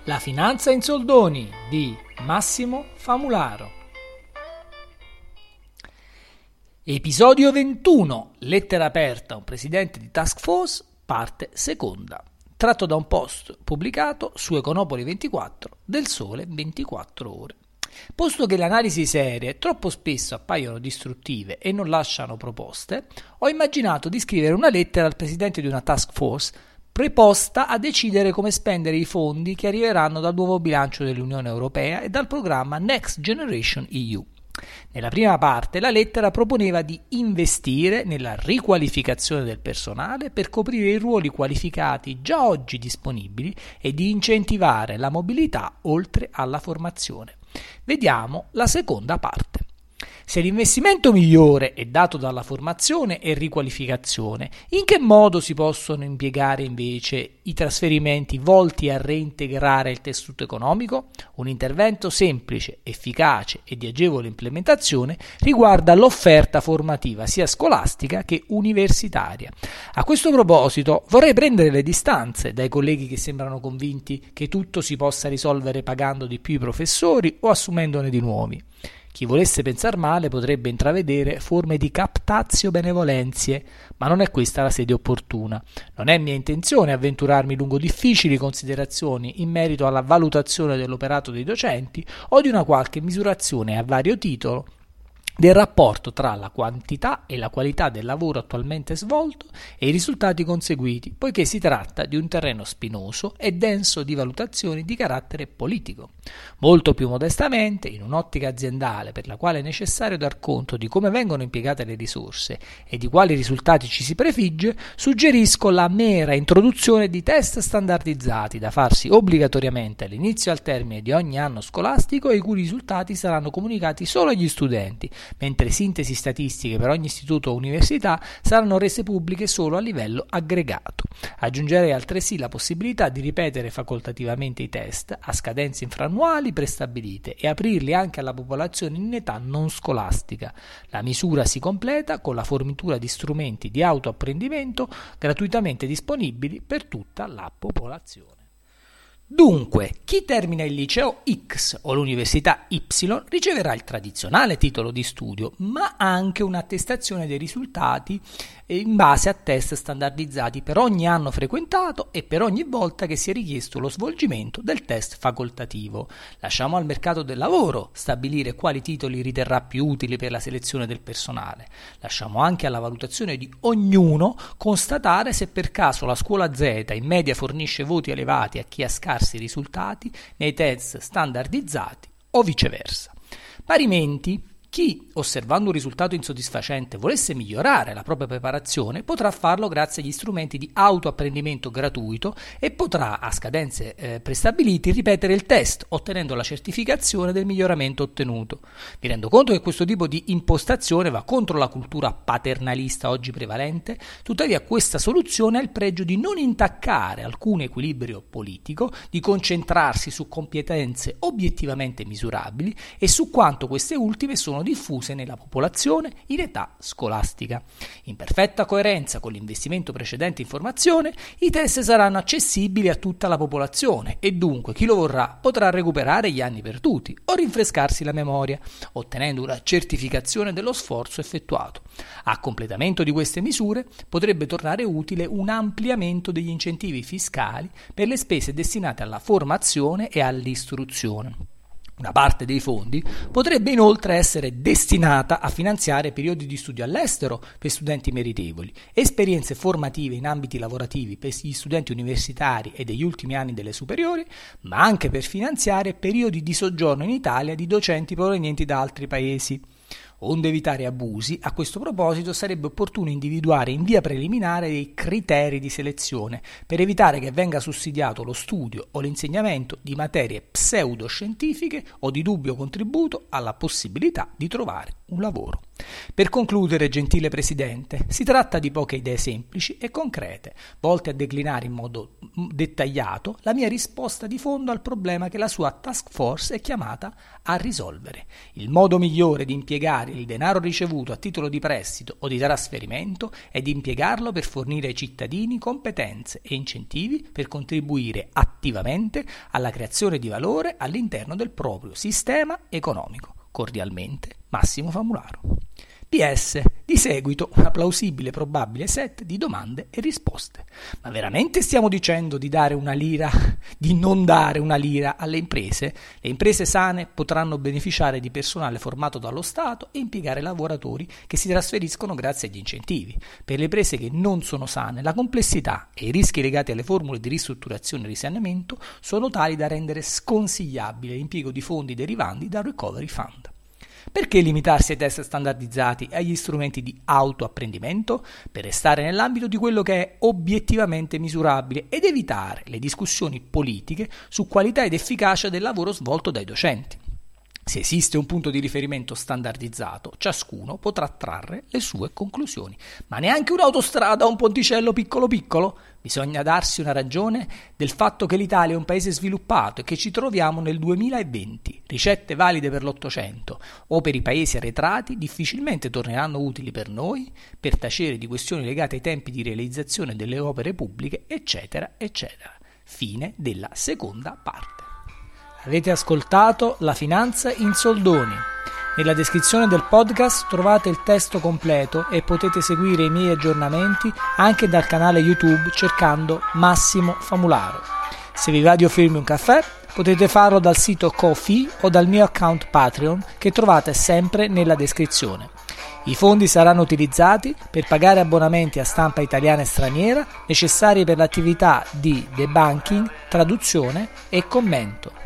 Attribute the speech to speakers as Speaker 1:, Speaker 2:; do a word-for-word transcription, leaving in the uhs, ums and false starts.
Speaker 1: La finanza in soldoni di Massimo Famularo. Episodio ventuno. Lettera aperta a un presidente di task force, parte seconda. Tratto da un post pubblicato su Econopoli ventiquattro del Sole ventiquattro Ore. Posto che le analisi serie troppo spesso appaiono distruttive e non lasciano proposte, ho immaginato di scrivere una lettera al presidente di una task force preposta a decidere come spendere i fondi che arriveranno dal nuovo bilancio dell'Unione Europea e dal programma Next Generation E U. Nella prima parte la lettera proponeva di investire nella riqualificazione del personale per coprire i ruoli qualificati già oggi disponibili e di incentivare la mobilità oltre alla formazione. Vediamo la seconda parte. Se l'investimento migliore è dato dalla formazione e riqualificazione, in che modo si possono impiegare invece i trasferimenti volti a reintegrare il tessuto economico? Un intervento semplice, efficace e di agevole implementazione riguarda l'offerta formativa sia scolastica che universitaria. A questo proposito vorrei prendere le distanze dai colleghi che sembrano convinti che tutto si possa risolvere pagando di più i professori o assumendone di nuovi. Chi volesse pensar male potrebbe intravedere forme di captatio benevolenzie, ma non è questa la sede opportuna. Non è mia intenzione avventurarmi lungo difficili considerazioni in merito alla valutazione dell'operato dei docenti o di una qualche misurazione a vario titolo del rapporto tra la quantità e la qualità del lavoro attualmente svolto e i risultati conseguiti, poiché si tratta di un terreno spinoso e denso di valutazioni di carattere politico. Molto più modestamente, in un'ottica aziendale per la quale è necessario dar conto di come vengono impiegate le risorse e di quali risultati ci si prefigge, suggerisco la mera introduzione di test standardizzati da farsi obbligatoriamente all'inizio e al termine di ogni anno scolastico e i cui risultati saranno comunicati solo agli studenti, mentre sintesi statistiche per ogni istituto o università saranno rese pubbliche solo a livello aggregato. Aggiungerei altresì la possibilità di ripetere facoltativamente i test a scadenze infrannuali prestabilite e aprirli anche alla popolazione in età non scolastica. La misura si completa con la fornitura di strumenti di autoapprendimento gratuitamente disponibili per tutta la popolazione. Dunque, chi termina il liceo X o l'università Y riceverà il tradizionale titolo di studio, ma anche un'attestazione dei risultati in base a test standardizzati per ogni anno frequentato e per ogni volta che si è richiesto lo svolgimento del test facoltativo. Lasciamo al mercato del lavoro stabilire quali titoli riterrà più utili per la selezione del personale. Lasciamo anche alla valutazione di ognuno constatare se per caso la scuola Z in media fornisce voti elevati a chi ha scarsi risultati nei test standardizzati o viceversa. Parimenti, chi, osservando un risultato insoddisfacente, volesse migliorare la propria preparazione, potrà farlo grazie agli strumenti di autoapprendimento gratuito e potrà, a scadenze eh, prestabiliti, ripetere il test, ottenendo la certificazione del miglioramento ottenuto. Mi rendo conto che questo tipo di impostazione va contro la cultura paternalista oggi prevalente, tuttavia questa soluzione ha il pregio di non intaccare alcun equilibrio politico, di concentrarsi su competenze obiettivamente misurabili e su quanto queste ultime sono diffuse nella popolazione in età scolastica. In perfetta coerenza con l'investimento precedente in formazione, i test saranno accessibili a tutta la popolazione e dunque chi lo vorrà potrà recuperare gli anni perduti o rinfrescarsi la memoria, ottenendo una certificazione dello sforzo effettuato. A completamento di queste misure potrebbe tornare utile un ampliamento degli incentivi fiscali per le spese destinate alla formazione e all'istruzione. Una parte dei fondi potrebbe inoltre essere destinata a finanziare periodi di studio all'estero per studenti meritevoli, esperienze formative in ambiti lavorativi per gli studenti universitari e degli ultimi anni delle superiori, ma anche per finanziare periodi di soggiorno in Italia di docenti provenienti da altri paesi. Onde evitare abusi, a questo proposito sarebbe opportuno individuare in via preliminare dei criteri di selezione per evitare che venga sussidiato lo studio o l'insegnamento di materie pseudoscientifiche o di dubbio contributo alla possibilità di trovare un lavoro. Per concludere, gentile Presidente, si tratta di poche idee semplici e concrete, volte a declinare in modo dettagliato la mia risposta di fondo al problema che la sua task force è chiamata a risolvere. Il modo migliore di impiegare il denaro ricevuto a titolo di prestito o di trasferimento è di impiegarlo per fornire ai cittadini competenze e incentivi per contribuire attivamente alla creazione di valore all'interno del proprio sistema economico. Cordialmente, Massimo Famularo. P S. Di seguito una plausibile probabile set di domande e risposte. Ma veramente stiamo dicendo di dare una lira, di non dare una lira alle imprese? Le imprese sane potranno beneficiare di personale formato dallo Stato e impiegare lavoratori che si trasferiscono grazie agli incentivi. Per le imprese che non sono sane, la complessità e i rischi legati alle formule di ristrutturazione e risanamento sono tali da rendere sconsigliabile l'impiego di fondi derivanti dal Recovery Fund. Perché limitarsi ai test standardizzati e agli strumenti di autoapprendimento? Per restare nell'ambito di quello che è obiettivamente misurabile ed evitare le discussioni politiche su qualità ed efficacia del lavoro svolto dai docenti. Se esiste un punto di riferimento standardizzato, ciascuno potrà trarre le sue conclusioni. Ma neanche un'autostrada o un ponticello piccolo piccolo? Bisogna darsi una ragione del fatto che l'Italia è un paese sviluppato e che ci troviamo nel duemilaventi. Ricette valide per l'Ottocento o per i paesi arretrati difficilmente torneranno utili per noi per tacere di questioni legate ai tempi di realizzazione delle opere pubbliche, eccetera, eccetera. Fine della seconda parte. Avete ascoltato La Finanza in Soldoni. Nella descrizione del podcast trovate il testo completo e potete seguire i miei aggiornamenti anche dal canale YouTube cercando Massimo Famularo. Se vi va di offrirmi un caffè, potete farlo dal sito Ko-fi o dal mio account Patreon che trovate sempre nella descrizione. I fondi saranno utilizzati per pagare abbonamenti a stampa italiana e straniera necessari per l'attività di debunking, traduzione e commento.